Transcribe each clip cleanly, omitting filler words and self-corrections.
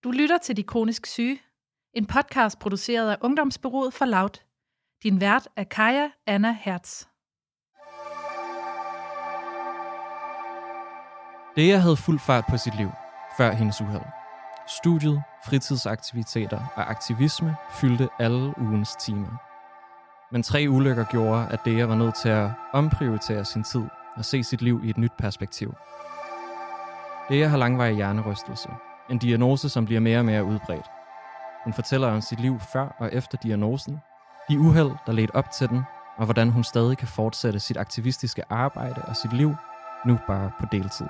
Du lytter til De Kronisk Syge, en podcast produceret af Ungdomsbureauet for Loud. Din vært er Kaja Anna Hertz. Dea havde fuld fart på sit liv, før hendes uheld. Studiet, fritidsaktiviteter og aktivisme fyldte alle ugens timer. Men 3 ulykker gjorde, at Dea var nødt til at omprioritere sin tid og se sit liv i et nyt perspektiv. Dea har langvarig hjernerystelse, en diagnose, som bliver mere og mere udbredt. Hun fortæller om sit liv før og efter diagnosen, de uheld, der ledte op til den, og hvordan hun stadig kan fortsætte sit aktivistiske arbejde og sit liv, nu bare på deltid.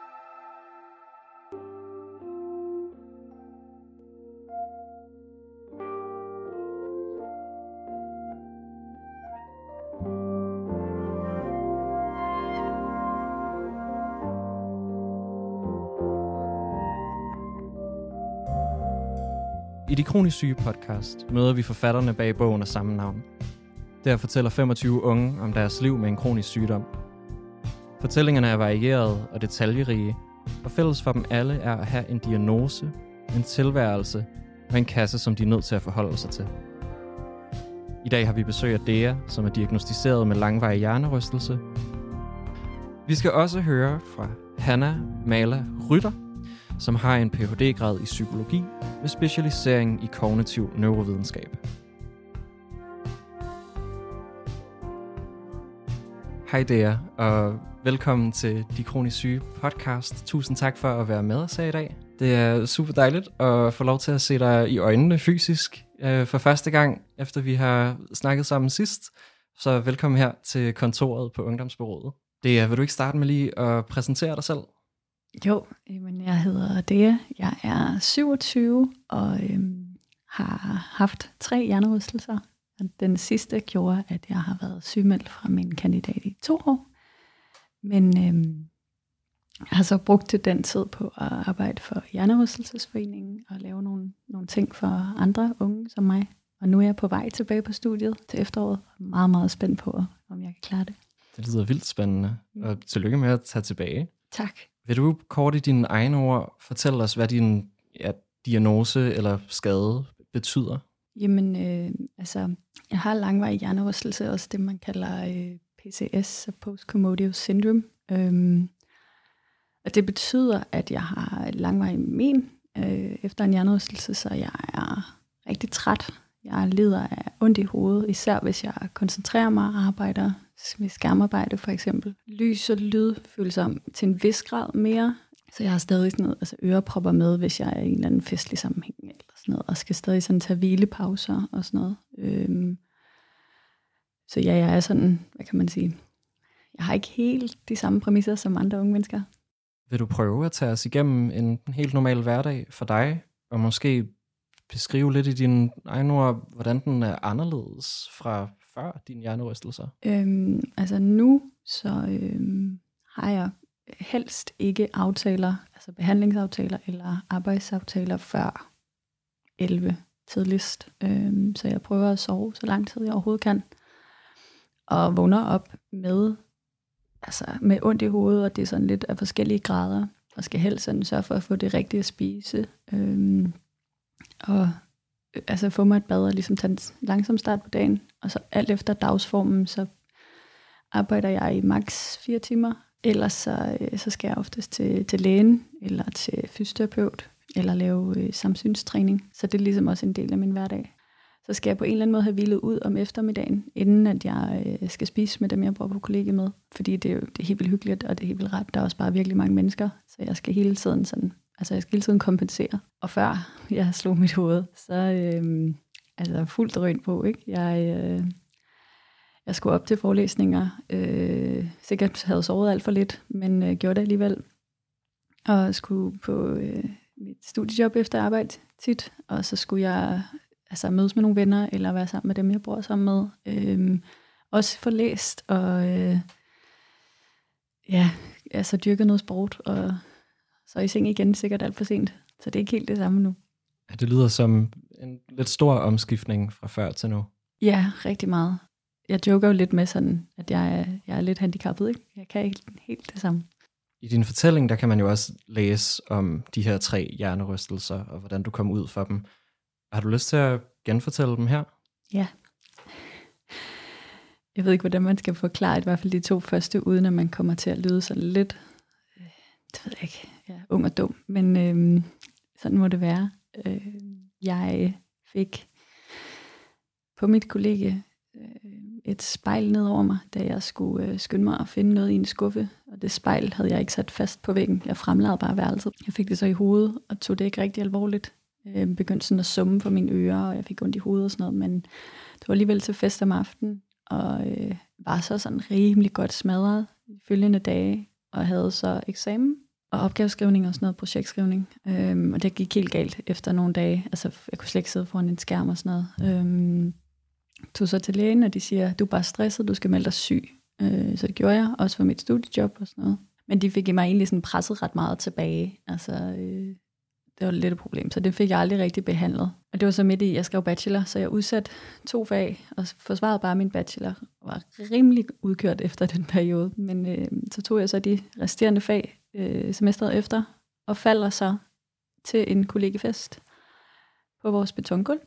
I De Kronisk Syge podcast møder vi forfatterne bag bogen af samme navn. Der fortæller 25 unge om deres liv med en kronisk sygdom. Fortællingerne er varierede og detaljerige, og fælles for dem alle er at have en diagnose, en tilværelse og en kasse, som de er nødt til at forholde sig til. I dag har vi besøg af Dea, som er diagnosticeret med langvarig hjernerystelse. Vi skal også høre fra Hanna Mala Rytter, som har en Ph.D.-grad i psykologi med specialisering i kognitiv neurovidenskab. Hej Dea, og velkommen til De Kronisk Syge podcast. Tusind tak for at være med os her i dag. Det er super dejligt at få lov til at se dig i øjnene fysisk for første gang, efter vi har snakket sammen sidst. Så velkommen her til kontoret på Ungdomsbureauet. Dea, vil du ikke starte med lige at præsentere dig selv? Jo, men jeg hedder Dea. Jeg er 27 og har haft 3 hjernerystelser. Den sidste gjorde, at jeg har været sygemeldt fra min kandidat i 2 år. Men jeg har så brugt den tid på at arbejde for Hjernerystelsesforeningen og lave nogle ting for andre unge som mig. Og nu er jeg på vej tilbage på studiet til efteråret. Jeg er meget, meget spændt på, om jeg kan klare det. Det lyder vildt spændende, og tillykke med at tage tilbage. Tak. Vil du kort i dine egne ord fortælle os, hvad din diagnose eller skade betyder? Jamen, jeg har langvarig hjernerystelse, også det man kalder PCS, Post-Commotive Syndrome. Og det betyder, at jeg har langvarig men efter en hjernerystelse, så jeg er rigtig træt. Jeg lider af ondt i hovedet, især hvis jeg koncentrerer mig og arbejder med skærmarbejde for eksempel. Lys og lyd følsom til en vis grad mere, så jeg har stadig sådan noget, ørepropper med, hvis jeg er i en eller anden festlig sammenhæng eller sådan noget, og skal stadig sådan tage hvilepauser og sådan noget. Så ja, jeg er sådan, hvad kan man sige, jeg har ikke helt de samme præmisser som andre unge mennesker. Vil du prøve at tage os igennem en helt normal hverdag for dig, og måske beskrive lidt i dine egne ord, hvordan den er anderledes fra før dine hjernerystelser? Nu så har jeg helst ikke aftaler, altså behandlingsaftaler eller arbejdsaftaler før 11 tidligst. Så jeg prøver at sove så lang tid jeg overhovedet kan. Og vågner op med ondt i hovedet, og det er sådan lidt af forskellige grader. Og skal helst sådan sørge for at få det rigtige at spise. Og få mig et bad og ligesom tage en langsom start på dagen. Og så alt efter dagsformen, så arbejder jeg i maks 4 timer. Ellers så skal jeg oftest til lægen, eller til fysioterapeut, eller lave samsynstræning. Så det er ligesom også en del af min hverdag. Så skal jeg på en eller anden måde have hvilet ud om eftermiddagen, inden at jeg skal spise med dem, jeg bor på kollegie med. Fordi det er helt vildt hyggeligt, og det er helt vildt rart. Der er også bare virkelig mange mennesker, så jeg skal hele tiden kompensere. Og før jeg slog mit hoved, så fuldt drøn på, ikke? Jeg skulle op til forelæsninger. Sikkert havde sovet alt for lidt, men gjorde det alligevel. Og skulle på mit studiejob efter arbejde tit. Og så skulle jeg mødes med nogle venner, eller være sammen med dem, jeg bor sammen med. Også få læst, og dyrke noget sport, og så i seng igen sikkert alt for sent. Så det er ikke helt det samme nu. Ja, det lyder som en lidt stor omskiftning fra før til nu. Ja, rigtig meget. Jeg joker jo lidt med sådan, at jeg er lidt handicappet, ikke? Jeg kan ikke helt det samme. I din fortælling, der kan man jo også læse om de her 3 hjernerystelser, og hvordan du kom ud for dem. Har du lyst til at genfortælle dem her? Ja. Jeg ved ikke, hvordan man skal forklare i hvert fald de 2 første, uden at man kommer til at lyde sådan lidt, det ved jeg ikke, ung og dum, men sådan må det være. Jeg fik på mit kollegie et spejl ned over mig, da jeg skulle skynde mig at finde noget i en skuffe, og det spejl havde jeg ikke sat fast på væggen. Jeg fremlagde bare værelset. Jeg fik det så i hovedet, og tog det ikke rigtig alvorligt. Begyndte sådan at summe for mine ører, og jeg fik ondt i hovedet og sådan noget, men det var alligevel til fest om aftenen, og var så sådan rimelig godt smadret de følgende dage, og havde så eksamen og opgaveskrivning og sådan noget, projektskrivning. Og det gik helt galt efter nogle dage. Altså, jeg kunne slet ikke sidde foran en skærm og sådan noget. Tog så til lægen, og de siger, du er bare stresset, du skal melde dig syg. Så det gjorde jeg, også for mit studiejob og sådan noget. Men de fik i mig egentlig sådan presset ret meget tilbage. Altså, det var lidt et problem, så det fik jeg aldrig rigtig behandlet. Og det var så midt i, jeg skrev bachelor, så jeg udsatte 2 fag, og forsvarede bare min bachelor. Og var rimelig udkørt efter den periode, men så tog jeg så de resterende fag semesteret efter, og falder så til en kollegiefest på vores betongulv.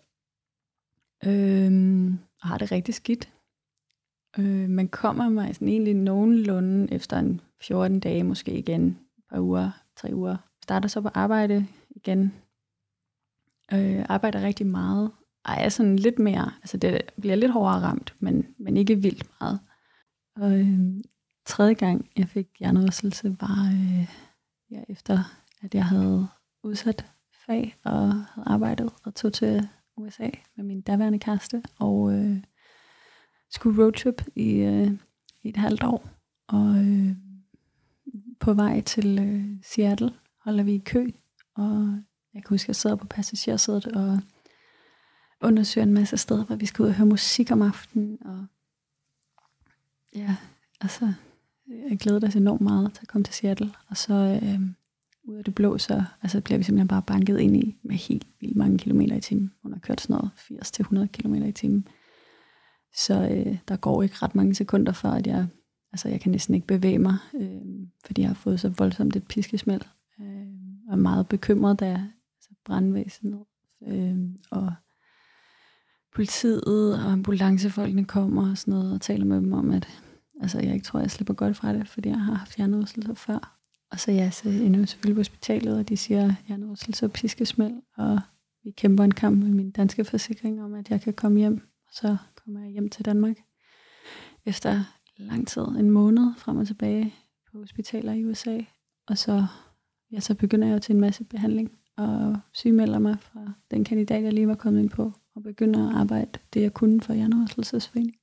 Og har det rigtig skidt. Man kommer mig sådan egentlig nogenlunde efter en 14 dage, måske igen, et par uger, 3 uger. Starter så på arbejde igen. Arbejder rigtig meget. Jeg er sådan lidt mere, altså det bliver lidt hårdere ramt, men ikke vildt meget. Og tredje gang, jeg fik hjernerystelse, var efter, at jeg havde udsat fag og havde arbejdet og tog til USA med min daværende kæreste og skulle roadtrip i et halvt år. Og på vej til Seattle holder vi i kø, og jeg kan huske, at jeg sidder på passagersædet og undersøger en masse steder, hvor vi skal ud og høre musik om aftenen. Og ja, altså, jeg glæder mig enormt meget til at komme til Seattle. Og så ud af det blå, så bliver vi simpelthen bare banket ind i med helt vildt mange kilometer i timen. Hun har kørt sådan noget 80-100 kilometer i timen. Så der går ikke ret mange sekunder før, at jeg kan næsten ikke bevæge mig, fordi jeg har fået så voldsomt et piskesmæld. Og er meget bekymret, da brandvæsenet og politiet og ambulancefolkene kommer og sådan noget, og taler med dem om, at jeg ikke tror, jeg slipper godt fra det, fordi jeg har haft hjernerystelse før. Og så ender jeg selvfølgelig på hospitalet, og de siger hjernerystelse og piskesmæld, og vi kæmper en kamp med min danske forsikring om, at jeg kan komme hjem. Og så kommer jeg hjem til Danmark efter lang tid, en måned frem og tilbage på hospitaler i USA. Og så begynder jeg jo til en masse behandling og sygemelder mig fra den kandidat, jeg lige var kommet ind på, og begynder at arbejde det, jeg kunne for Hjernerystelsesforeningen.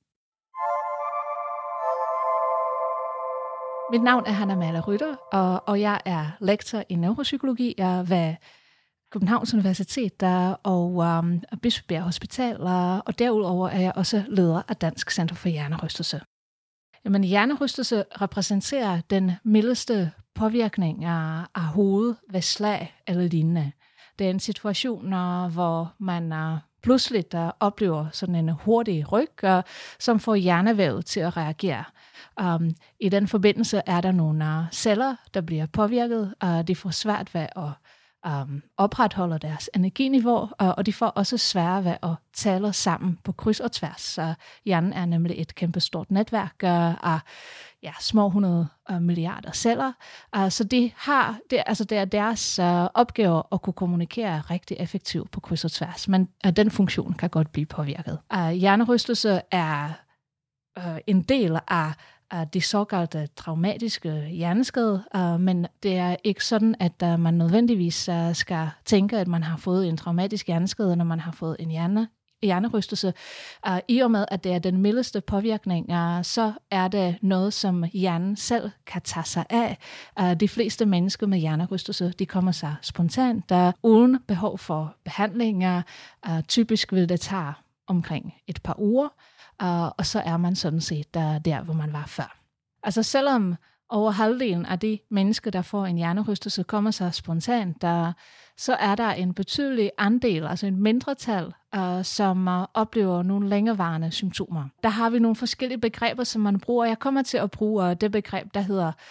Mit navn er Hanna Mahler Rytter, og jeg er lektor i neuropsykologi. Jeg er ved Københavns Universitet og Bispebjerg Hospital, og derudover er jeg også leder af Dansk Center for Hjernerystelse. Jamen, hjernerystelse repræsenterer den mildeste påvirkning af hovedet ved slag eller lignende. Det er en situation, hvor man pludselig oplever sådan en hurtig ryg, som får hjernevævet til at reagere. I den forbindelse er der nogle celler, der bliver påvirket, og de får svært ved at opretholde deres energiniveau, og de får også svært ved at tale sammen på kryds og tværs. Så hjernen er nemlig et kæmpestort netværk af små 100 milliarder celler. Så det er deres opgave at kunne kommunikere rigtig effektivt på kryds og tværs, men den funktion kan godt blive påvirket. Hjernerystelse er en del af de såkaldte traumatiske hjerneskade, men det er ikke sådan, at man nødvendigvis skal tænke, at man har fået en traumatisk hjerneskade, når man har fået en hjernerystelse. I og med, at det er den mildeste påvirkning, så er det noget, som hjernen selv kan tage sig af. De fleste mennesker med hjernerystelse, de kommer sig spontant, uden behov for behandlinger. Typisk vil det tage omkring et par uger, og så er man sådan set der, hvor man var før. Altså selvom over halvdelen af de mennesker, der får en hjernerystelse, kommer sig spontant, så er der en betydelig andel, altså en mindretal, som oplever nogle længerevarende symptomer. Der har vi nogle forskellige begreber, som man bruger. Jeg kommer til at bruge det begreb, der hedder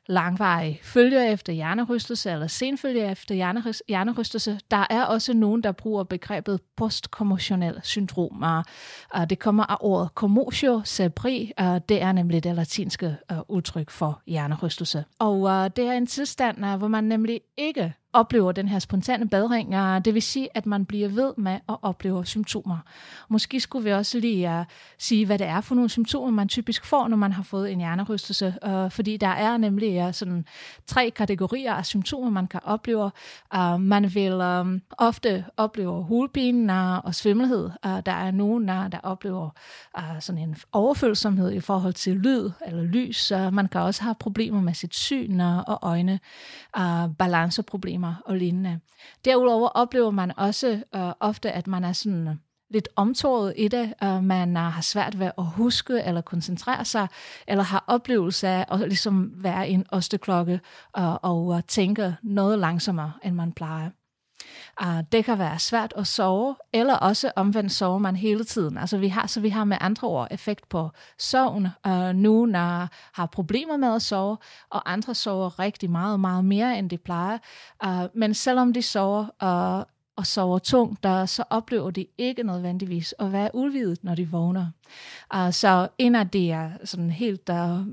langvarige følger efter hjernerystelse eller senfølger efter hjernerystelse. Der er også nogen, der bruger begrebet postkommotionel syndrom. Det kommer af ordet commotio cerebri. Det er nemlig det latinske udtryk for hjernerystelse. Og det er en tilstand, hvor man nemlig ikke oplever den her spontane bedring. Det vil sige, at man bliver ved med at opleve symptomer. Måske skulle vi også lige sige, hvad det er for nogle symptomer, man typisk får, når man har fået en hjernerystelse. Fordi der er nemlig sådan 3 kategorier af symptomer, man kan opleve. Man vil ofte opleve hovedpine og svimmelhed. Der er nogen, der oplever sådan en overfølsomhed i forhold til lyd eller lys. Man kan også have problemer med sit syn og øjne, balanceproblemer og lignende. Derudover oplever man også ofte, at man er sådan lidt omtåret i det. Man har svært ved at huske eller koncentrere sig, eller har oplevelse af at ligesom være i en osteklokke og tænke noget langsommere, end man plejer. Det kan være svært at sove, eller også omvendt sover man hele tiden. Altså vi har med andre ord effekt på søvn. Nogle har problemer med at sove, og andre sover rigtig meget, meget mere, end de plejer. Men selvom de sover og sover tungt, så oplever de ikke nødvendigvis at være udvidet, når de vågner. Så en af de sådan helt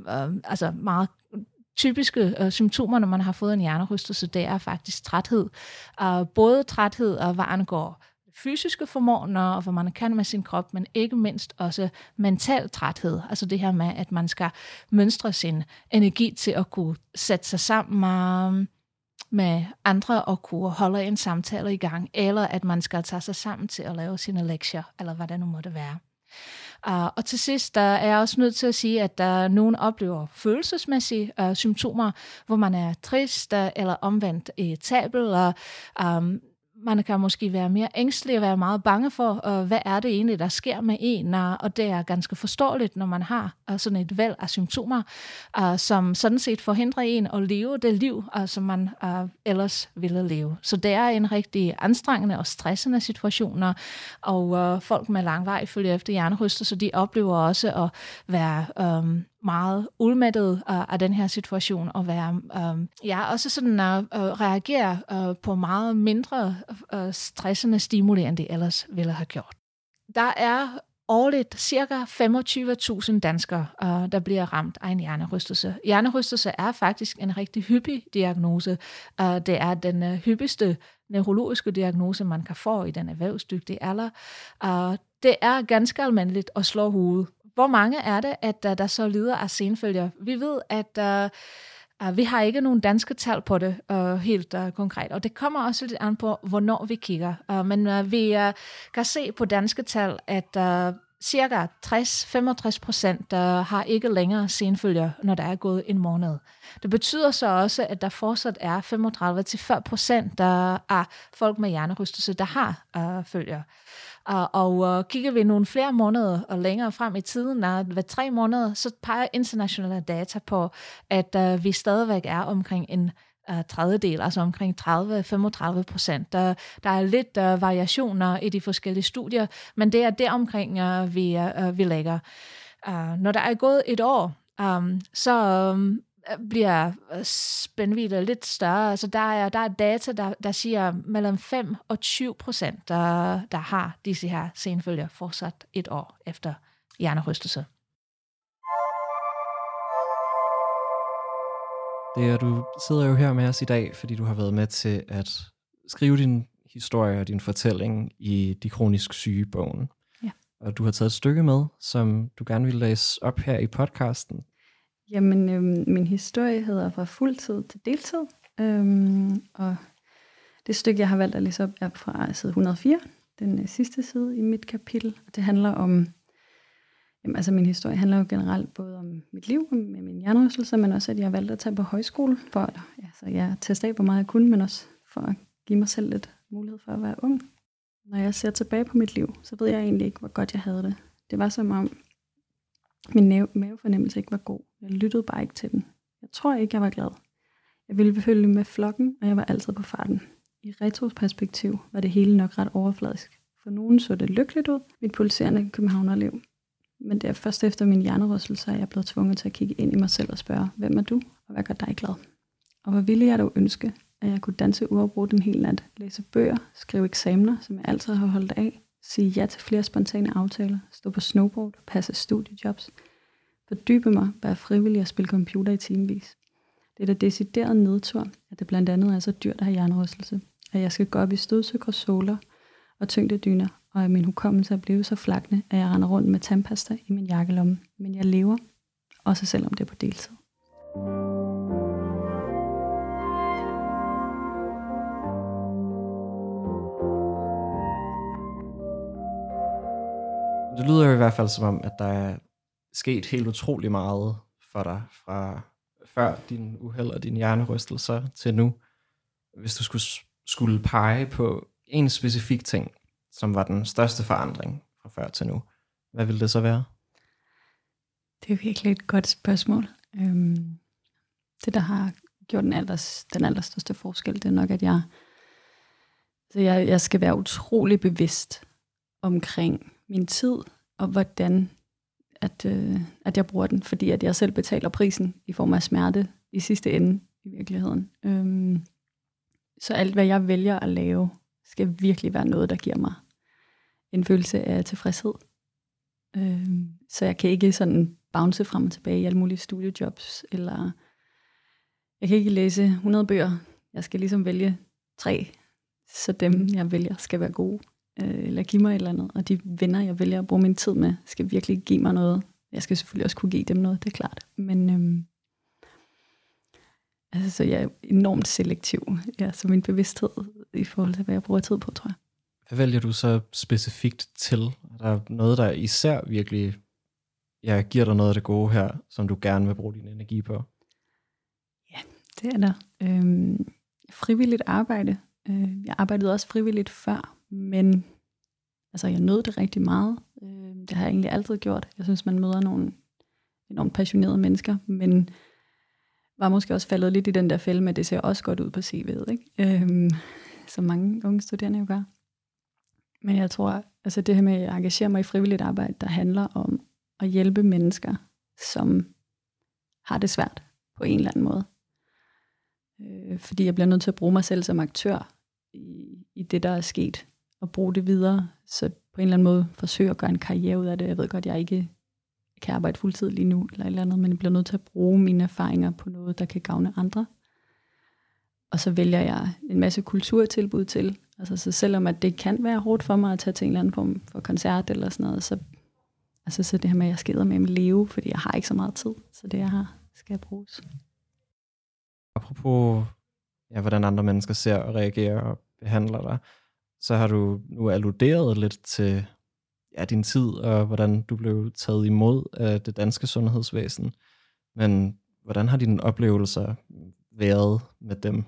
meget typiske symptomer, når man har fået en hjernerystelse, det er faktisk træthed. Både træthed og hvad angår fysiske formåen, og hvad man kan med sin krop, men ikke mindst også mental træthed. Altså det her med, at man skal mønstre sin energi til at kunne sætte sig sammen med andre og kunne holde en samtale i gang, eller at man skal tage sig sammen til at lave sine lektier, eller hvad det nu måtte være. Og til sidst er jeg også nødt til at sige, at nogen oplever følelsesmæssige symptomer, hvor man er trist eller omvendt irritabel, og man kan måske være mere ængstelig og være meget bange for, hvad er det egentlig, der sker med en, og det er ganske forståeligt, når man har sådan et væld af symptomer, som sådan set forhindrer en at leve det liv, som man ellers ville leve. Så det er en rigtig anstrengende og stressende situation, og folk med langvarig følger efter hjernerystelse, de oplever også at være meget udmattet af den her situation, og være også sådan reagere på meget mindre stressende stimuli, end de ellers ville have gjort. Der er årligt ca. 25.000 danskere, der bliver ramt af en hjernerystelse. Hjernerystelse er faktisk en rigtig hyppig diagnose. Det er den hyppigste neurologiske diagnose, man kan få i den erhvervsdygtige alder. Det er ganske almindeligt at slå hovedet. Hvor mange er det, at der så lider af senfølger? Vi ved, at vi har ikke nogen danske tal på det helt konkret, og det kommer også lidt an på, hvornår vi kigger. Men vi kan se på danske tal, at cirka 60-65% har ikke længere senfølger, når der er gået en måned. Det betyder så også, at der fortsat er 35-40% af folk med hjernerystelse, der har følger. Og kigger vi nogle flere måneder og længere frem i tiden, hver 3 måneder, så peger internationale data på, at vi stadigvæk er omkring en tredjedel, altså omkring 30-35%. Der er lidt variationer i de forskellige studier, men det er deromkring, vi ligger. Når der er gået et år, så bliver spændvidden lidt større. Altså der er data, der siger mellem 5 og 20%, der har disse her senfølger fortsat et år efter hjernerystelse. Du sidder jo her med os i dag, fordi du har været med til at skrive din historie og din fortælling i De kronisk syge-bogen. Ja. Og du har taget et stykke med, som du gerne vil læse op her i podcasten. Jamen, min historie hedder Fra fuldtid til deltid, og det stykke, jeg har valgt at læse op, er fra side 104, den sidste side i mit kapitel. Det handler om, altså min historie handler jo generelt både om mit liv med min hjernerystelse, men også at jeg har valgt at tage på højskole, for at jeg teste af, hvor meget jeg kunne, men også for at give mig selv lidt mulighed for at være ung. Når jeg ser tilbage på mit liv, så ved jeg egentlig ikke, hvor godt jeg havde det. Det var som om min mavefornemmelse ikke var god. Jeg lyttede bare ikke til den. Jeg tror ikke, jeg var glad. Jeg ville følge med flokken, og jeg var altid på farten. I retroperspektiv var det hele nok ret overfladisk. For nogen så det lykkeligt ud, mit pulserende københavnerliv. Men det er først efter min hjernerystelse, at jeg er blevet tvunget til at kigge ind i mig selv og spørge, hvem er du, og hvad gør dig glad? Og hvor ville jeg dog ønske, at jeg kunne danse uafbrudt en hel nat, læse bøger, skrive eksamener, som jeg altid har holdt af, sige ja til flere spontane aftaler, stå på snowboard, passe studiejobs, fordybe mig, være frivillig og spille computer i timevis. Det er da decideret nedtur, at det blandt andet er så dyrt at have hjernerystelse, at jeg skal gå op i stødsikre såler og tyngdedyner, og at min hukommelse er blevet så flakkende, at jeg render rundt med tandpasta i min jakkelomme. Men jeg lever, også selvom det er på deltid. Det lyder jo i hvert fald som om, at der er sket helt utrolig meget for dig fra før din uheld og dine hjernerystelser til nu. Hvis du skulle pege på en specifik ting, som var den største forandring fra før til nu, hvad ville det så være? Det er virkelig et godt spørgsmål. Det, der har gjort den allerstørste forskel, det er nok, at jeg skal være utrolig bevidst omkring min tid, og hvordan at jeg bruger den, fordi at jeg selv betaler prisen i form af smerte i sidste ende i virkeligheden. Så alt, hvad jeg vælger at lave, skal virkelig være noget, der giver mig en følelse af tilfredshed. Så jeg kan ikke sådan bounce frem og tilbage i alle mulige studiejobs, eller jeg kan ikke læse 100 bøger. Jeg skal ligesom vælge 3, så dem, jeg vælger, skal være gode, eller give mig et eller andet. Og de venner, jeg vælger at bruge min tid med, skal virkelig give mig noget. Jeg skal selvfølgelig også kunne give dem noget, det er klart. Men så jeg er enormt selektiv. Ja, så min bevidsthed i forhold til, hvad jeg bruger tid på, tror jeg. Hvad vælger du så specifikt til? Er der noget, der især virkelig giver dig noget af det gode her, som du gerne vil bruge din energi på? Ja, det er der. Frivilligt arbejde. Jeg arbejdede også frivilligt før, men altså, jeg nød det rigtig meget. Det har jeg egentlig altid gjort. Jeg synes, man møder nogle enormt passionerede mennesker, men var måske også faldet lidt i den der fælde med, at det ser også godt ud på CV'et, ikke? Som mange unge studerende jo gør. Men jeg tror, altså det her med at engagere mig i frivilligt arbejde, der handler om at hjælpe mennesker, som har det svært på en eller anden måde. Fordi jeg bliver nødt til at bruge mig selv som aktør i det, der er sket, og bruge det videre, så på en eller anden måde forsøge at gøre en karriere ud af det. Jeg ved godt, jeg ikke kan arbejde fuldtid lige nu, eller et eller andet, men jeg bliver nødt til at bruge mine erfaringer på noget, der kan gavne andre. Og så vælger jeg en masse kulturtilbud til. Altså, så selvom at det kan være hårdt for mig at tage til en eller anden form for koncert eller sådan noget, så det her med, at jeg skal med at leve, fordi jeg har ikke så meget tid, så det jeg har, skal jeg bruges. Apropos hvordan andre mennesker ser og reagerer og behandler dig, så har du nu alluderet lidt til din tid og hvordan du blev taget imod af det danske sundhedsvæsen. Men hvordan har dine oplevelser været med dem?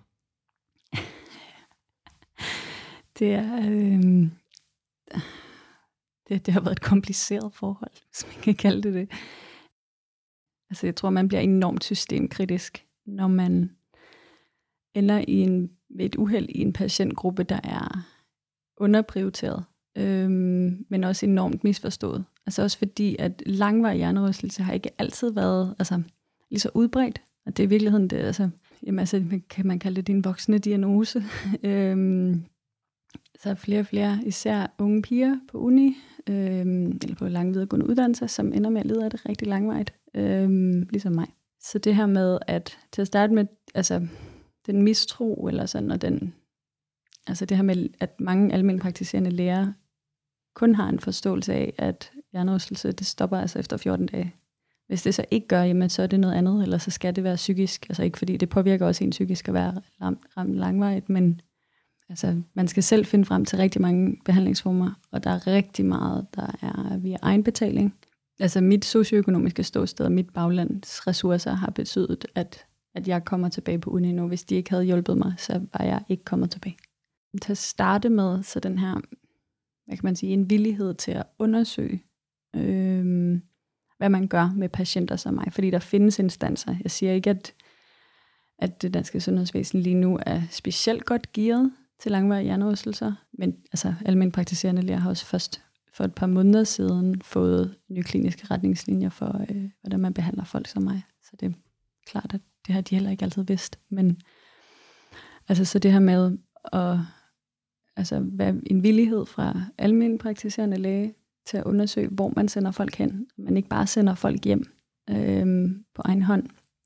Det har været et kompliceret forhold, hvis man kan kalde det det. Altså, jeg tror, man bliver enormt systemkritisk, når man ender ved et uheld i en patientgruppe, der er underprioriteret, men også enormt misforstået. Altså også fordi, at langvarig hjernerystelse har ikke altid været lige så udbredt. Og det er i virkeligheden, kan man kalde det din voksne diagnose. Så er flere og flere, især unge piger på uni, eller på lang videregående uddannelser, som ender med at lide af det rigtig langvarigt, ligesom mig. Så det her med, at til at starte med, den mistro, eller sådan, og det her med, at mange almenpraktiserende læger kun har en forståelse af, at hjernerystelse, det stopper altså efter 14 dage. Hvis det så ikke gør, jamen, så er det noget andet, eller så skal det være psykisk. Altså ikke fordi det påvirker også en psykisk at være ramt langvarigt, men man skal selv finde frem til rigtig mange behandlingsformer, og der er rigtig meget, der er via egenbetaling. Altså mit socioøkonomiske ståsted og mit baglands ressourcer har betydet, at jeg kommer tilbage på uni nu. Hvis de ikke havde hjulpet mig, så var jeg ikke kommet tilbage. Til at starte med, så den her, hvad kan man sige, en villighed til at undersøge, hvad man gør med patienter som mig. Fordi der findes instanser. Jeg siger ikke, at det danske sundhedsvæsen lige nu er specielt godt gearet til langvarige hjernerystelser, men almenpraktiserende læger har også først for et par måneder siden fået nye kliniske retningslinjer for, hvordan man behandler folk som mig. Så det er klart, at det har de heller ikke altid vidst. Men altså, så det her med at være en villighed fra almen praktiserende læge til at undersøge, hvor man sender folk hen. Man ikke bare sender folk hjem på egen hånd.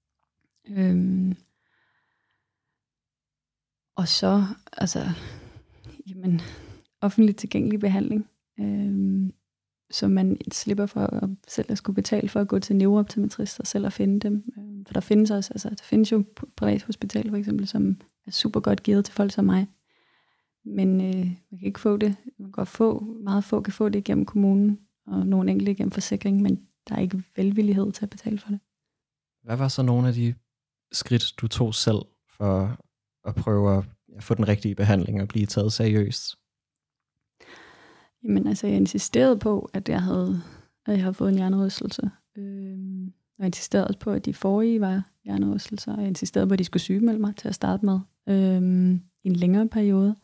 Og så, offentligt tilgængelig behandling, så man slipper for selv at skulle betale for at gå til neurooptometrister selv at finde dem. For der findes også, der findes jo privathospitaler for eksempel, som er super godt givet til folk som mig. Men man kan ikke få det. Man kan godt meget få kan få det gennem kommunen, og nogle enkelte gennem forsikring, men der er ikke velvillighed til at betale for det. Hvad var så nogle af de skridt, du tog selv for at prøve at få den rigtige behandling og blive taget seriøst? Jamen jeg insisterede på, at jeg havde fået en hjernerystelse. Og jeg insisterede også på, at de forrige var hjernerystelser. Jeg insisterede på, at de skulle sygemelde mig til at starte med i en længere periode.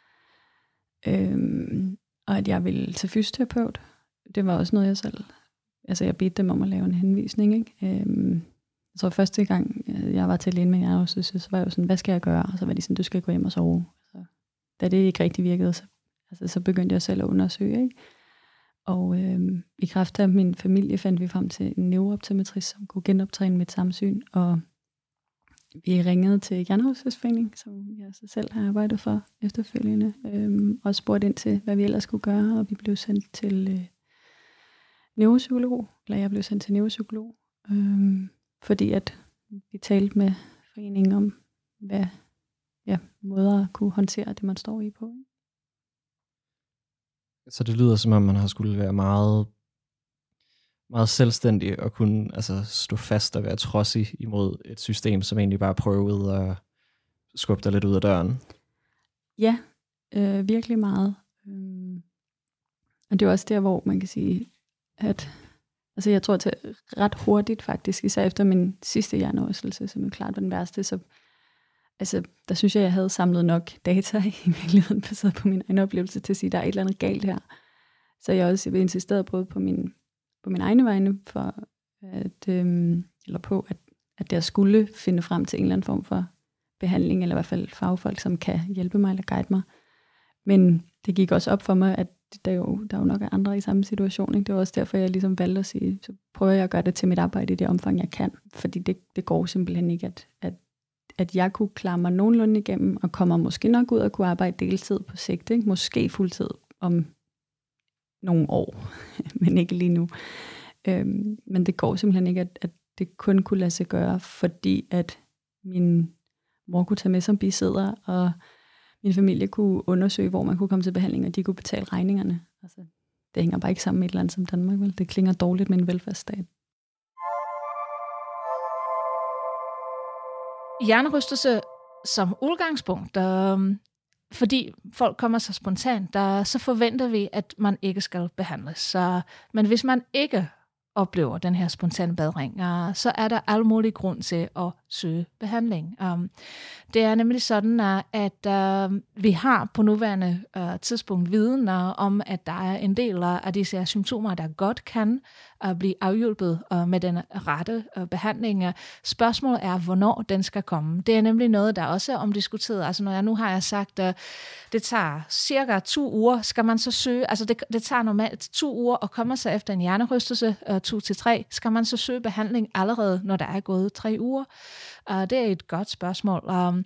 Og at jeg ville til fysioterapeut. Det var også noget, jeg selv... jeg bedte dem om at lave en henvisning, ikke? Jeg tror første gang, jeg var til lægen med hjernerystelse, så var jeg jo sådan, hvad skal jeg gøre? Og så var de sådan, du skal gå hjem og sove. Så, da det ikke rigtig virkede, så begyndte jeg selv at undersøge, ikke? Og i kraft af min familie fandt vi frem til en neurooptometrist, som kunne genoptræne mit samsyn, og vi ringede til Hjernerystelsesforeningen, som jeg selv har arbejdet for efterfølgende, og spurgte ind til, hvad vi ellers skulle gøre, og vi blev sendt til neuropsykolog, eller jeg blev sendt til neuropsykolog, fordi at vi talte med foreningen om, hvad måder at kunne håndtere det, man står i på. Så det lyder som om, man har skulle være meget, meget selvstændig og kunne stå fast og være trodsig imod et system, som egentlig bare prøvede at skubbe dig lidt ud af døren. Ja, virkelig meget. Og det er også der, hvor man kan sige, at jeg tror, at ret hurtigt faktisk, især efter min sidste hjernerystelse, som jo klart var den værste, så der synes jeg havde samlet nok data i virkeligheden, baseret på min egen oplevelse, til at sige, at der er et eller andet galt her. Så jeg også insisteret både på min egne vegne, for at jeg skulle finde frem til en eller anden form for behandling, eller i hvert fald fagfolk, som kan hjælpe mig eller guide mig. Men det gik også op for mig, at der er jo nok andre i samme situation. Ikke? Det var også derfor, jeg ligesom valgte at sige, så prøver jeg at gøre det til mit arbejde i det omfang, jeg kan. Fordi det går simpelthen ikke, at jeg kunne klare mig nogenlunde igennem, og kommer måske nok ud og kunne arbejde deltid på sigt. Ikke? Måske fuldtid om nogle år, men ikke lige nu. Men det går simpelthen ikke, at det kun kunne lade sig gøre, fordi at min mor kunne tage med som bisidder, og min familie kunne undersøge, hvor man kunne komme til behandling, og de kunne betale regningerne. Det hænger bare ikke sammen med et land som Danmark, vel? Det klinger dårligt med en velfærdsstat. Hjernerystelse som udgangspunkt, fordi folk kommer så spontant, så forventer vi, at man ikke skal behandles. Men hvis man ikke oplever den her spontane bedring, så er der al mulig grund til at søge behandling. Det er nemlig sådan, at vi har på nuværende tidspunkt viden om, at der er en del af disse her symptomer, der godt kan blive afhjulpet med den rette behandling. Spørgsmålet er, hvornår den skal komme. Det er nemlig noget, der også er omdiskuteret. Når jeg nu har sagt, at det tager cirka 2 uger, skal man så søge, det tager normalt 2 uger at komme sig efter en hjernerystelse, 2 til 3, skal man så søge behandling allerede, når der er gået 3 uger? Det er et godt spørgsmål.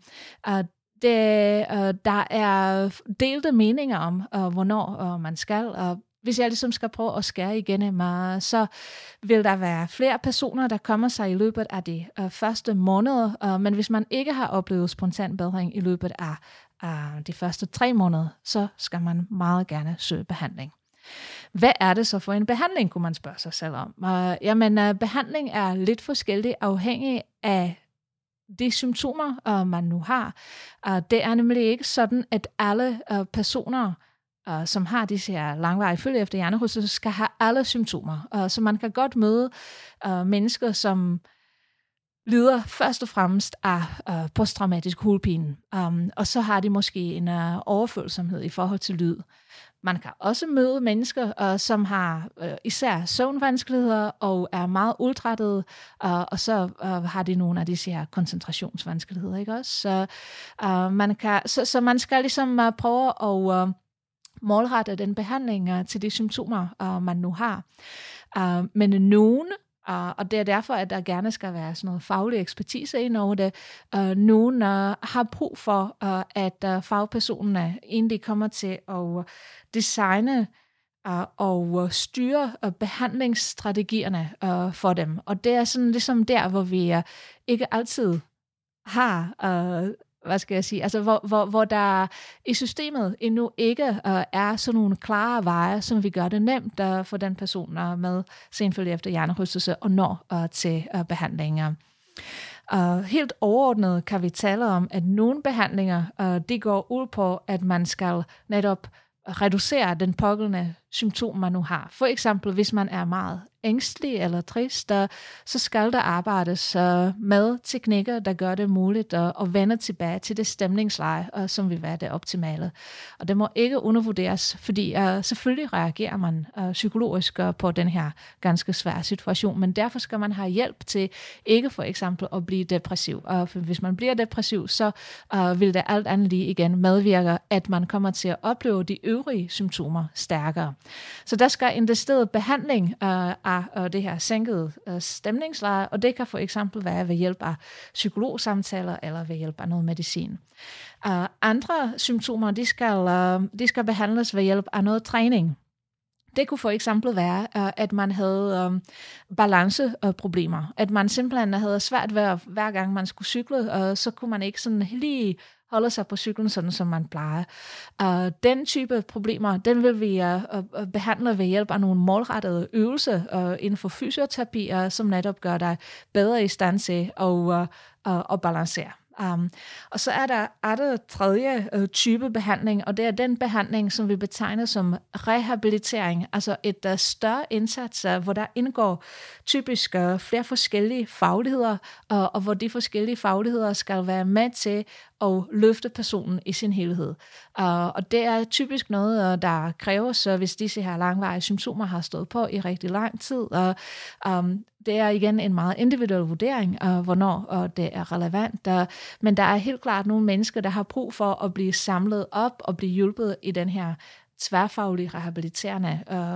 Der er delte meninger om, hvornår man skal. Hvis jeg ligesom skal prøve at skære igennem, så vil der være flere personer, der kommer sig i løbet af de første måneder. Men hvis man ikke har oplevet spontan bedring i løbet af de første 3 måneder, så skal man meget gerne søge behandling. Hvad er det så for en behandling, kunne man spørge sig selv om? Behandling er lidt forskellig afhængig af de symptomer, man nu har. Det er nemlig ikke sådan, at alle personer, som har disse her langvarige følge efter hjernerystelse, skal have alle symptomer. Så man kan godt møde mennesker, som lider først og fremmest af posttraumatisk hovedpine, og så har de måske en overfølsomhed i forhold til lyd. Man kan også møde mennesker, som har især søvnvanskeligheder og er meget udtrættede, og så har de nogle af disse her koncentrationsvanskeligheder, ikke også? Så man skal ligesom prøve at målrette den behandling til de symptomer, man nu har. Men nogen, og det er derfor, at der gerne skal være sådan noget faglig ekspertise ind over det, nogen har brug for, at fagpersonerne egentlig kommer til at designe og styre behandlingsstrategierne for dem. Og det er sådan ligesom der, hvor vi ikke altid har altså hvor der i systemet endnu ikke er sådan nogle klare veje, som vi gør det nemt for den person med senfølge efter hjernerystelse og når til behandlinger. Helt overordnet kan vi tale om, at nogle behandlinger de går ud på, at man skal netop reducere den pågældende symptom, man nu har. For eksempel, hvis man er meget ængstelig eller trist, så skal der arbejdes med teknikker, der gør det muligt at vende tilbage til det stemningsleje, som vil være det optimale. Og det må ikke undervurderes, fordi selvfølgelig reagerer man psykologisk på den her ganske svære situation, men derfor skal man have hjælp til ikke for eksempel at blive depressiv. For hvis man bliver depressiv, så vil det alt andet lige igen medvirke, at man kommer til at opleve de øvrige symptomer stærkere. Så der skal en decideret behandling af det her sænkede stemningsleje, og det kan for eksempel være ved hjælp af psykologsamtaler eller ved hjælp af noget medicin. Andre symptomer, de skal behandles ved hjælp af noget træning. Det kunne for eksempel være, at man havde balanceproblemer, at man simpelthen havde svært ved, hver gang man skulle cykle, så kunne man ikke sådan lige holde sig på cyklen, sådan som man plejer. Den type problemer, den vil vi behandle ved hjælp af nogle målrettede øvelser inden for fysioterapi, som netop gør dig bedre i stand til at balancere. Og så er der tredje type behandling, og det er den behandling, som vi betegner som rehabilitering, altså et større indsats, hvor der indgår typisk flere forskellige fagligheder, og hvor de forskellige fagligheder skal være med til at løfte personen i sin helhed. Og det er typisk noget, der kræves, hvis disse her langvarige symptomer har stået på i rigtig lang tid. Det er igen en meget individuel vurdering, hvornår det er relevant. Men der er helt klart nogle mennesker, der har brug for at blive samlet op og blive hjulpet i den her tværfaglige rehabiliterende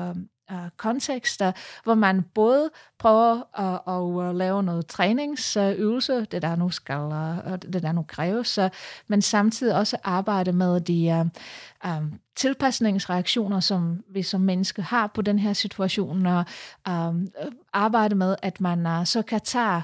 kontekst, hvor man både prøver at lave noget træningsøvelse, det der nu kræves, men samtidig også arbejde med de tilpasningsreaktioner, som vi som menneske har på den her situation, og arbejde med, at man så kan tage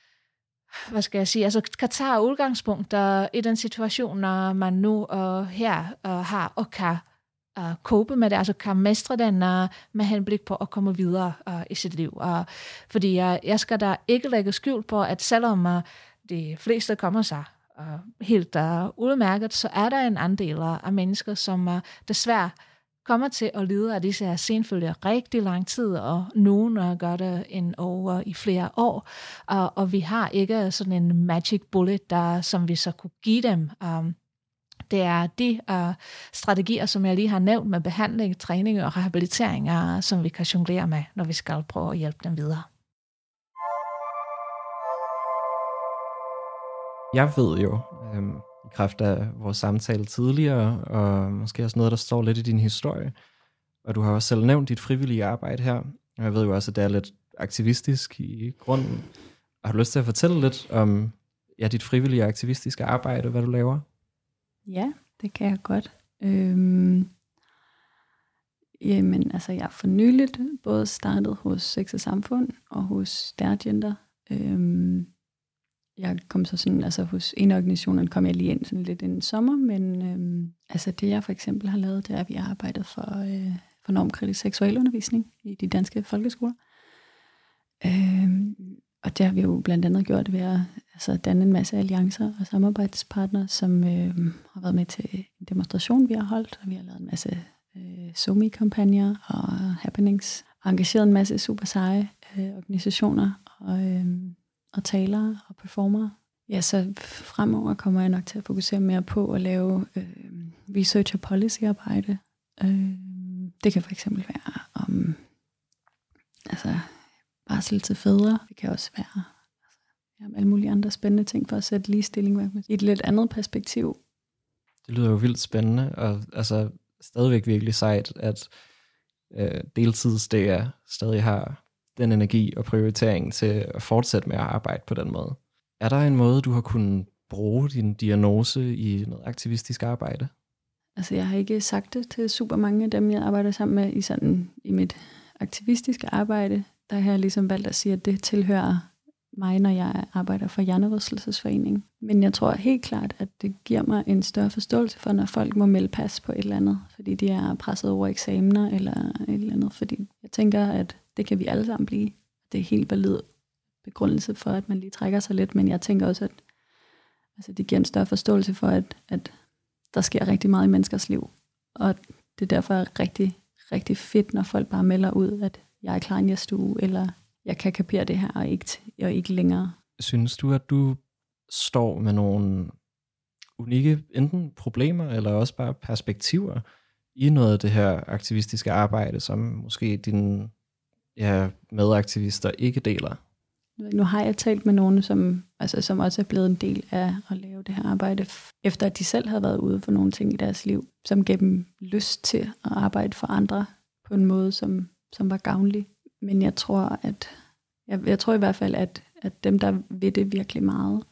kan tage udgangspunkt i den situation, man nu her har, og kan cope med det, altså kan mestre den med henblik på at komme videre i sit liv. Fordi jeg skal da ikke lægge skjul på, at selvom de fleste kommer sig helt udmærket, så er der en andel af mennesker, som desværre kommer til at lide af disse her senfølger rigtig lang tid, og nogen gør det over i flere år, og vi har ikke sådan en magic bullet, som vi så kunne give dem. Det er de strategier, som jeg lige har nævnt med behandling, træning og rehabilitering, som vi kan jonglere med, når vi skal prøve at hjælpe dem videre. Jeg ved jo, i kraft af vores samtale tidligere, og måske også noget, der står lidt i din historie, og du har også selv nævnt dit frivillige arbejde her, og jeg ved jo også, at det er lidt aktivistisk i grunden. Har du lyst til at fortælle lidt om dit frivillige aktivistiske arbejde, hvad du laver? Ja, det kan jeg godt. Jamen, altså jeg har for nyligt både startet hos Sex og Samfund og hos Stærgender. Jeg kom så sådan, altså hos en af organisationerne kom jeg lige ind sådan lidt inden sommer, men altså det jeg for eksempel har lavet, det er, at vi har arbejdet for normkritisk seksualundervisning i de danske folkeskoler. Og det har vi jo blandt andet gjort ved at danne en masse alliancer og samarbejdspartnere, som har været med til en demonstration, vi har holdt, og vi har lavet en masse SoMe-kampagner og happenings, og engageret en masse super seje organisationer, og og talere og performere. Ja, så fremover kommer jeg nok til at fokusere mere på at lave research og policy-arbejde. Det kan for eksempel være om barsel til fædre. Det kan også være alle mulige andre spændende ting for at sætte ligestilling i et lidt andet perspektiv. Det lyder jo vildt spændende, og altså stadigvæk virkelig sejt, at deltids-DR stadig har den energi og prioritering til at fortsætte med at arbejde på den måde. Er der en måde, du har kunnet bruge din diagnose i noget aktivistisk arbejde? Altså, jeg har ikke sagt det til super mange af dem, jeg arbejder sammen med i mit aktivistiske arbejde. Der har jeg ligesom valgt at sige, at det tilhører mig, når jeg arbejder for Hjernerystelsesforeningen. Men jeg tror helt klart, at det giver mig en større forståelse for, når folk må melde pas på et eller andet, fordi de er presset over eksamener eller et eller andet. Fordi jeg tænker, at det kan vi alle sammen blive. Det er helt valid begrundelse for, at man lige trækker sig lidt, men jeg tænker også, at det giver en større forståelse for, at der sker rigtig meget i menneskers liv. Og det er derfor rigtig, rigtig fedt, når folk bare melder ud, at jeg er klar i næste uge, eller jeg kan kapere det her, og ikke længere. Synes du, at du står med nogle unikke enten problemer, eller også bare perspektiver i noget af det her aktivistiske arbejde, som måske dine medaktivister ikke deler? Nu har jeg talt med nogen, som også er blevet en del af at lave det her arbejde, efter at de selv havde været ude for nogle ting i deres liv, som gav dem lyst til at arbejde for andre på en måde, som var gavnlig. Men jeg tror, jeg tror i hvert fald, at dem, der ved det virkelig meget,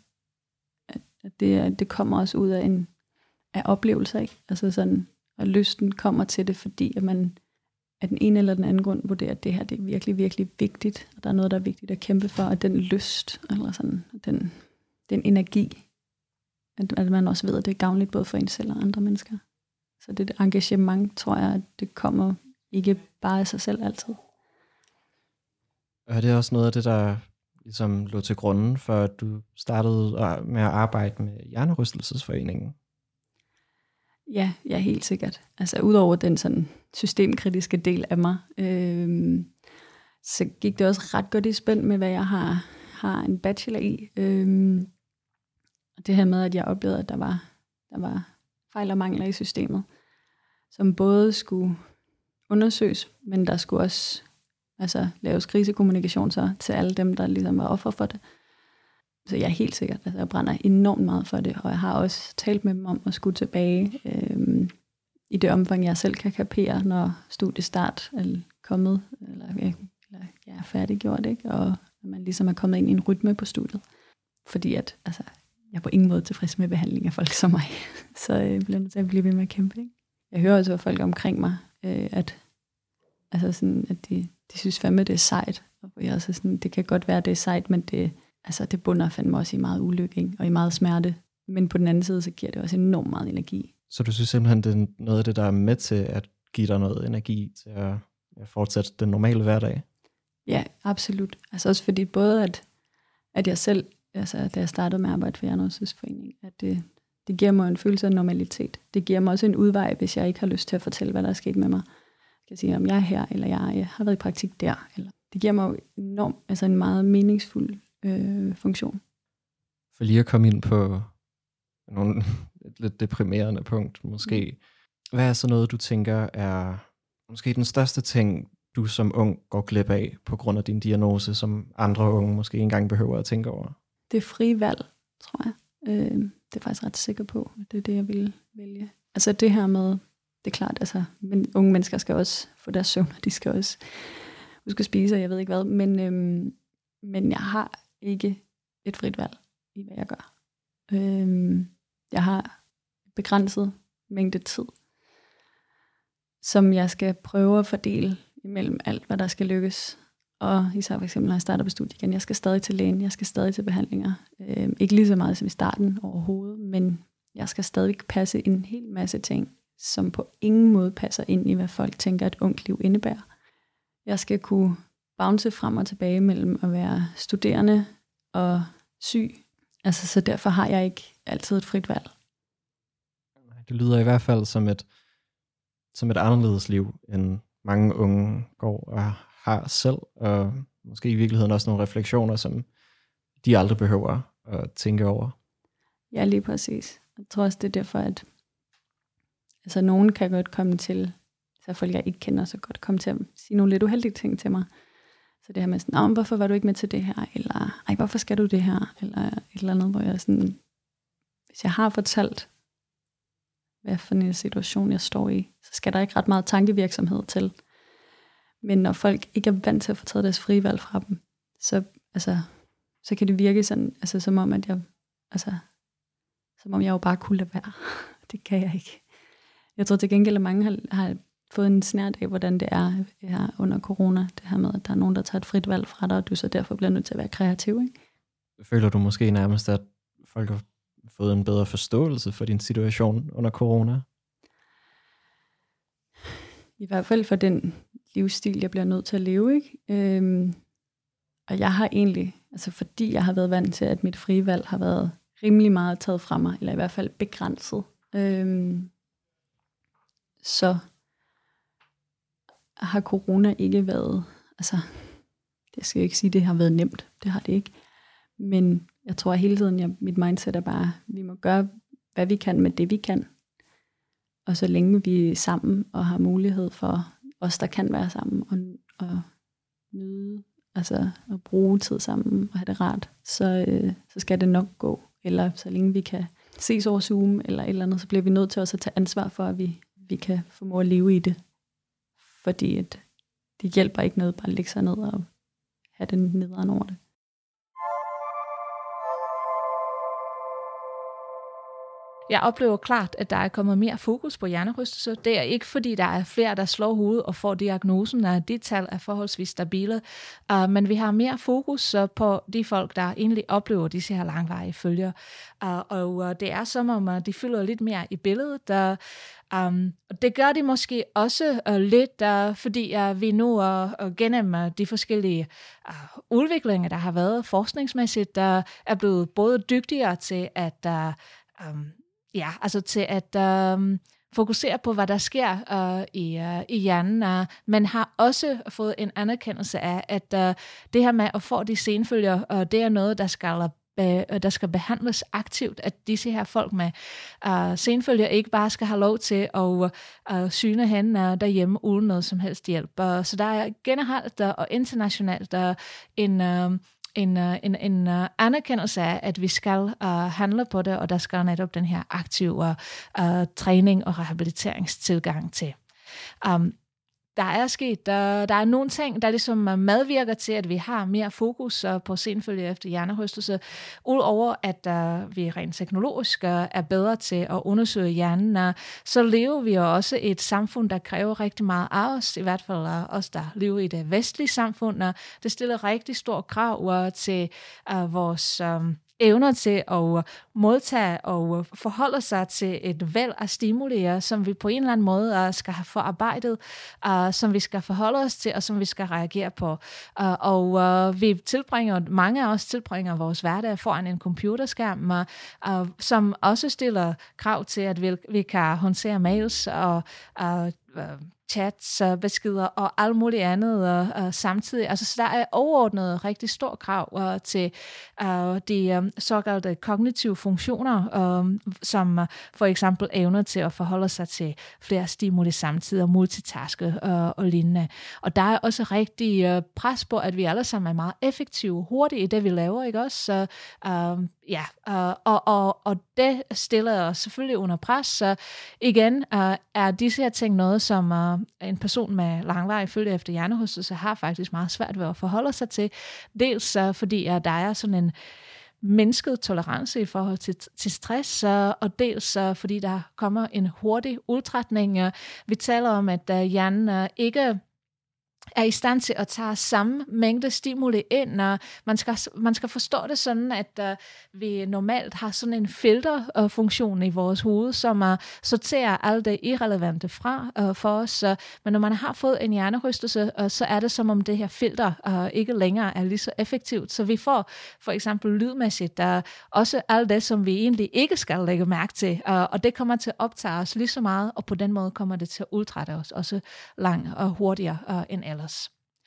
at det kommer også ud af oplevelser, ikke? Altså sådan, og lysten kommer til det, fordi at man af den ene eller den anden grund vurderer, at det her det er virkelig, virkelig vigtigt, og der er noget, der er vigtigt at kæmpe for, og den lyst, eller sådan, den energi, at man også ved, at det er gavnligt både for en selv og andre mennesker. Så det engagement, tror jeg, at det kommer ikke bare af sig selv altid. Og det er også noget af det, der ligesom lå til grunden for, at du startede med at arbejde med Hjernerystelsesforeningen? Ja, helt sikkert. Altså udover den sådan systemkritiske del af mig, så gik det også ret godt i spænd med, hvad jeg har en bachelor i. Og det her med, at jeg oplevede, at der var fejl og mangler i systemet, som både skulle undersøges, men der skulle også laves krisekommunikation så til alle dem, der ligesom var offer for det. Så jeg er helt sikkert, jeg brænder enormt meget for det, og jeg har også talt med dem om at skulle tilbage i det omfang, jeg selv kan kapere, når studiestart er kommet, eller jeg er færdiggjort, ikke? Og man ligesom er kommet ind i en rytme på studiet. Fordi at, jeg er på ingen måde tilfreds med behandling af folk som mig, så jeg bliver nødt til at blive ved med at kæmpe, ikke? Jeg hører også fra folk omkring mig, at de synes fandme, det er sejt. Og jeg er sådan, det kan godt være, det er sejt, men det bunder fandme også i meget ulykke, ikke? Og i meget smerte. Men på den anden side, så giver det også enormt meget energi. Så du synes simpelthen, det er noget af det, der er med til at give dig noget energi til at fortsætte den normale hverdag? Ja, absolut. Også fordi både, at jeg selv, da jeg startede med at arbejde for Hjernerystelsesforeningen, at det giver mig en følelse af normalitet. Det giver mig også en udvej, hvis jeg ikke har lyst til at fortælle, hvad der er sket med mig. Jeg kan sige, om jeg er her, eller jeg har været i praktik der. Eller. Det giver mig enormt, en meget meningsfuld funktion. For lige at komme ind på nogle lidt deprimerende punkt måske. Hvad er så noget, du tænker er måske den største ting, du som ung går glip af på grund af din diagnose, som andre unge måske ikke engang behøver at tænke over? Det er frie valg, tror jeg. Det er jeg faktisk ret sikker på, at det er det, jeg vil vælge. Det her med, det er klart, men unge mennesker skal også få deres søvn, og de skal også huske at spise, og jeg ved ikke hvad, men jeg har ikke et frit valg i, hvad jeg gør. Jeg har begrænset mængde tid, som jeg skal prøve at fordele imellem alt, hvad der skal lykkes. Og især for eksempel, når jeg starter på studiet igen, jeg skal stadig til lægen, jeg skal stadig til behandlinger. Ikke lige så meget som i starten overhovedet, men jeg skal stadig passe en hel masse ting, som på ingen måde passer ind i, hvad folk tænker, et ungt liv indebærer. Jeg skal kunne bounce frem og tilbage mellem at være studerende og syg. Så derfor har jeg ikke altid et frit valg. Det lyder i hvert fald som et anderledes liv, end mange unge går og har selv, og måske i virkeligheden også nogle refleksioner, som de aldrig behøver at tænke over. Ja, lige præcis. Jeg tror også, det er derfor, at altså, nogen kan godt komme til, så folk jeg ikke kender, så godt komme til at sige nogle lidt uheldige ting til mig. Så det her med sådan, hvorfor var du ikke med til det her? Eller, hvorfor skal du det her? Eller et eller andet, hvor jeg sådan, hvis jeg har fortalt, hvad for en situation jeg står i, så skal der ikke ret meget tankevirksomhed til. Men når folk ikke er vant til at få taget deres frivalg fra dem, så kan det virke sådan, altså, som om jeg jo bare kunne lade være. Det kan jeg ikke. Jeg tror til gengæld, at mange har fået en snært af, hvordan det er her under corona. Det her med, at der er nogen, der tager et frit valg fra dig, og du så derfor bliver nødt til at være kreativ. Ikke? Føler du måske nærmest, at folk har fået en bedre forståelse for din situation under corona? I hvert fald for den livsstil, jeg bliver nødt til at leve. Ikke? Og jeg har egentlig, altså fordi jeg har været vant til, at mit frie valg har været rimelig meget taget fra mig, eller i hvert fald begrænset, så har corona ikke været, altså, det skal jeg ikke sige, det har været nemt, det har det ikke, men jeg tror hele tiden, mit mindset er bare, vi må gøre, hvad vi kan med det, vi kan, og så længe vi er sammen, og har mulighed for os, der kan være sammen, og nyde, altså at bruge tid sammen, og have det rart, så skal det nok gå, eller så længe vi kan ses over Zoom, eller et eller andet, så bliver vi nødt til også at tage ansvar for, at vi kan formå at leve i det. Fordi det hjælper ikke noget, bare at lægge sig ned og have den nederen over det. Jeg oplever klart, at der er kommet mere fokus på hjernerystelse. Det er ikke, fordi der er flere, der slår hovedet og får diagnosen, at de tal er forholdsvis stabile. Men vi har mere fokus på de folk, der egentlig oplever disse her langvarige følger. Og det er som om, de fylder lidt mere i billedet. Det gør de måske også lidt, fordi vi nu gennem de forskellige udviklinger, der har været forskningsmæssigt, der er blevet både dygtigere til at til at fokusere på, hvad der sker i hjernen, men har også fået en anerkendelse af, at det her med at få de senfølger, det er noget, der skal behandles aktivt, at disse her folk med senfølger ikke bare skal have lov til at syne hen derhjemme uden noget som helst hjælp. Så der er generelt og internationalt en anerkendelse af, at vi skal handle på det, og der skal netop den her aktive træning og rehabiliteringstilgang til. Der er nogle ting, der ligesom medvirker til, at vi har mere fokus på senfølger efter hjernerystelse, udover at vi rent teknologisk er bedre til at undersøge hjernen, så lever vi jo også i et samfund, der kræver rigtig meget af os, i hvert fald os, der lever i det vestlige samfund. Det stiller rigtig store krav til vores evner til at modtage og forholde sig til et væld af stimulier, som vi på en eller anden måde skal have forarbejdet, som vi skal forholde os til, og som vi skal reagere på. Mange af os tilbringer vores hverdag foran en computerskærm, som også stiller krav til, at vi kan håndtere mails og chats, beskeder og alt muligt andet samtidig. Altså, så der er overordnet rigtig stor krav til de såkaldte kognitive funktioner, som for eksempel evner til at forholde sig til flere stimuli samtidig og multitaske og lignende. Og der er også rigtig pres på, at vi alle sammen er meget effektive, hurtige i det, vi laver, ikke også? Og det stiller os selvfølgelig under pres. Så igen er disse her ting noget, som en person med langvarig følge efter hjernerystelse har faktisk meget svært ved at forholde sig til. Dels fordi der er sådan en mindsket tolerance i forhold til stress, og dels fordi der kommer en hurtig udtrætning. Vi taler om, at hjernen ikke er i stand til at tage samme mængde stimuli ind. Man skal forstå det sådan, at vi normalt har sådan en filterfunktion i vores hoved, som sorterer alt det irrelevante fra for os. Men når man har fået en hjernerystelse, så er det som om det her filter ikke længere er lige så effektivt. Så vi får for eksempel lydmæssigt også alt det, som vi egentlig ikke skal lægge mærke til. Og det kommer til at optage os lige så meget, og på den måde kommer det til at udtrætte os også langt og hurtigere end ellers.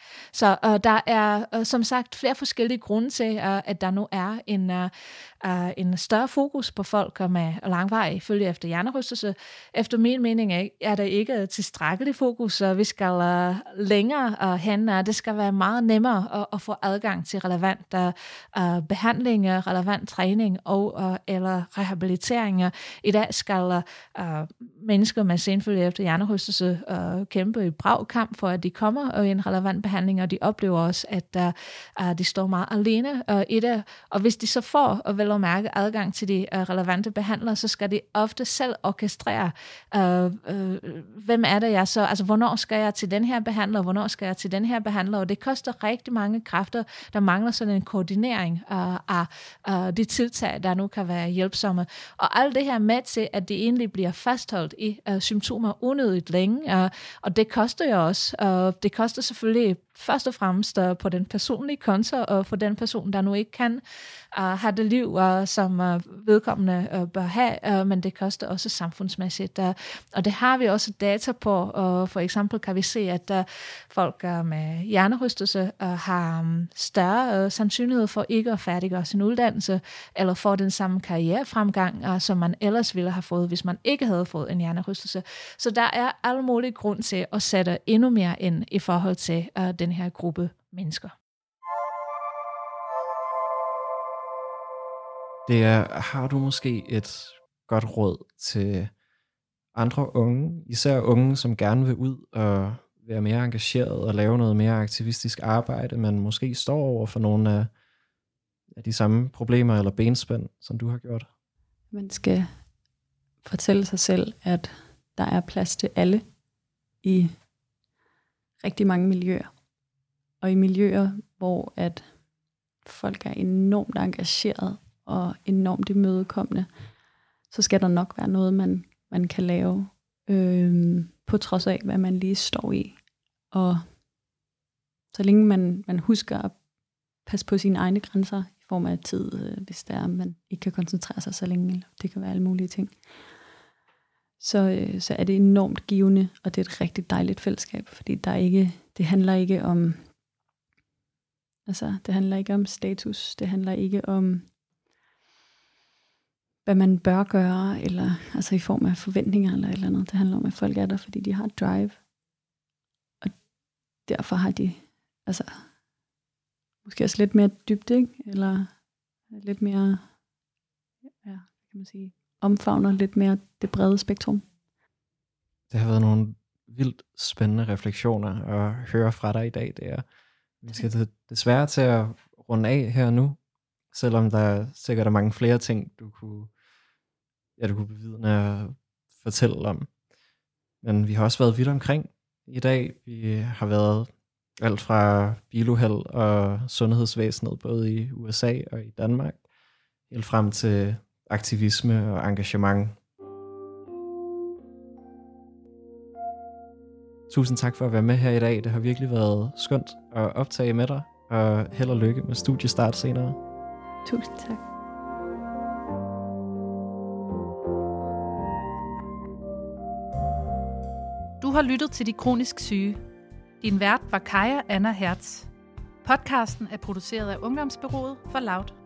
Så der er som sagt flere forskellige grunde til, at der nu er en større fokus på folk med langvarig følge efter hjernerystelse. Efter min mening er der ikke tilstrækkelig fokus. Vi skal længere hen. Det skal være meget nemmere at få adgang til relevant behandling, relevant træning og eller rehabilitering. I dag skal mennesker med senfølge efter hjernerystelse kæmpe i brav kamp for, at de kommer i en relevant behandling, og de oplever også, at de står meget alene i det. Og hvis de så får vel at mærke adgang til de relevante behandlere, så skal de ofte selv orkestrere, hvem er det jeg så, altså hvornår skal jeg til den her behandler, hvornår skal jeg til den her behandler, og det koster rigtig mange kræfter. Der mangler sådan en koordinering af de tiltag, der nu kan være hjælpsomme. Og alt det her med til, at de egentlig bliver fastholdt i symptomer unødigt længe, og det koster jo også. Det koster selvfølgelig først og fremmest på den personlige konto, og for den person, der nu ikke kan have det liv, som vedkommende bør have, men det koster også samfundsmæssigt. Og det har vi også data på. For eksempel kan vi se, at folk med hjernerystelse har større sandsynlighed for ikke at færdiggøre sin uddannelse, eller få den samme karrierefremgang, som man ellers ville have fået, hvis man ikke havde fået en hjernerystelse. Så der er alle mulige grund til at sætte endnu mere ind i forhold til den her gruppe mennesker. Har du måske et godt råd til andre unge, især unge, som gerne vil ud og være mere engageret og lave noget mere aktivistisk arbejde, men måske står over for nogle af de samme problemer eller benspænd, som du har gjort? Man skal fortælle sig selv, at der er plads til alle i rigtig mange miljøer. Og i miljøer, hvor at folk er enormt engageret og enormt imødekommende, så skal der nok være noget, man kan lave, på trods af, hvad man lige står i. Og så længe man husker at passe på sine egne grænser i form af tid, hvis der er, man ikke kan koncentrere sig så længe, det kan være alle mulige ting, så er det enormt givende, og det er et rigtig dejligt fællesskab, fordi det handler ikke om, det handler ikke om status, det handler ikke om, hvad man bør gøre, eller i form af forventninger eller andet. Det handler om, at folk er der, fordi de har et drive. Og derfor har de, måske også lidt mere dybde, ikke? Eller lidt mere, kan man sige, omfavner lidt mere det brede spektrum. Det har været nogle vildt spændende refleksioner at høre fra dig i dag. Vi skal desværre til at runde af her nu, selvom der sikkert er mange flere ting, du kunne bevidne og fortælle om. Men vi har også været vidt omkring i dag. Vi har været alt fra biluheld og sundhedsvæsenet, både i USA og i Danmark, helt frem til aktivisme og engagement. Tusind tak for at være med her i dag. Det har virkelig været skønt at optage med dig, og held og lykke med studiestart senere. Tusind tak. Du har lyttet til De Kronisk Syge. Din vært var Kaja Anna Hertz. Podcasten er produceret af Ungdomsbureauet for Loud.